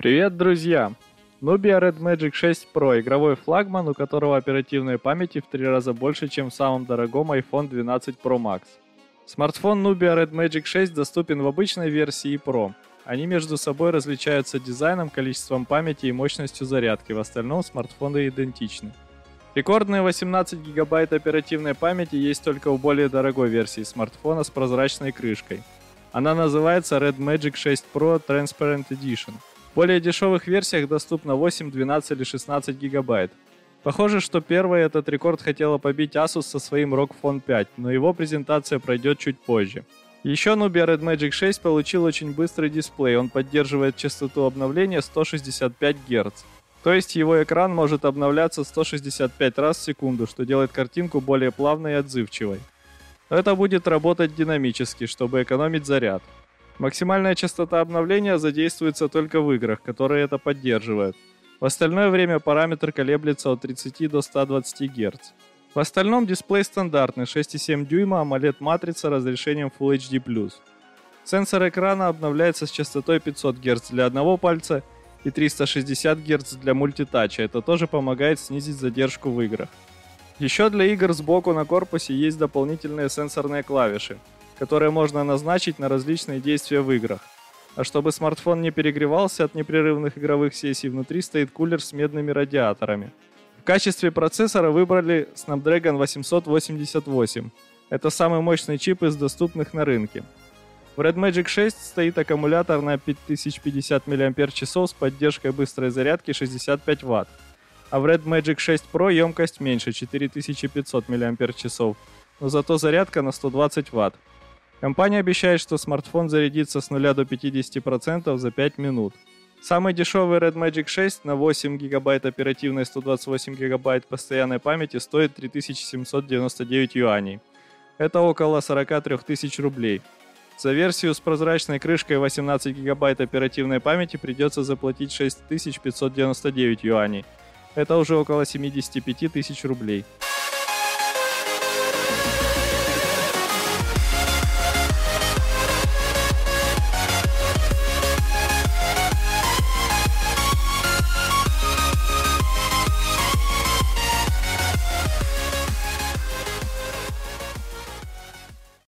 Привет, друзья! Nubia Red Magic 6 Pro – игровой флагман, у которого оперативной памяти в 3 раза больше, чем в самом дорогом iPhone 12 Pro Max. Смартфон Nubia Red Magic 6 доступен в обычной версии и Pro. Они между собой различаются дизайном, количеством памяти и мощностью зарядки, в остальном смартфоны идентичны. Рекордные 18 ГБ оперативной памяти есть только у более дорогой версии смартфона с прозрачной крышкой. Она называется Red Magic 6 Pro Transparent Edition. В более дешевых версиях доступно 8, 12 или 16 ГБ. Похоже, что первый этот рекорд хотела побить Asus со своим ROG Phone 5, но его презентация пройдет чуть позже. Еще Nubia Red Magic 6 получил очень быстрый дисплей, он поддерживает частоту обновления 165 Гц. То есть его экран может обновляться 165 раз в секунду, что делает картинку более плавной и отзывчивой. Но это будет работать динамически, чтобы экономить заряд. Максимальная частота обновления задействуется только в играх, которые это поддерживают. В остальное время параметр колеблется от 30 до 120 Гц. В остальном дисплей стандартный 6,7 дюйма AMOLED-матрица разрешением Full HD+. Сенсор экрана обновляется с частотой 500 Гц для одного пальца и 360 Гц для мультитача. Это тоже помогает снизить задержку в играх. Еще для игр сбоку на корпусе есть дополнительные сенсорные клавиши, которые можно назначить на различные действия в играх. А чтобы смартфон не перегревался от непрерывных игровых сессий, внутри стоит кулер с медными радиаторами. В качестве процессора выбрали Snapdragon 888. Это самый мощный чип из доступных на рынке. В Red Magic 6 стоит аккумулятор на 5050 мАч с поддержкой быстрой зарядки 65 Вт. А в Red Magic 6 Pro емкость меньше 4500 мАч, но зато зарядка на 120 Вт. Компания обещает, что смартфон зарядится с 0 до 50% за 5 минут. Самый дешевый Red Magic 6 на 8 ГБ оперативной и 128 ГБ постоянной памяти стоит 3799 юаней. Это около 43 тысяч рублей. За версию с прозрачной крышкой 18 ГБ оперативной памяти придется заплатить 6599 юаней. Это уже около 75 тысяч рублей.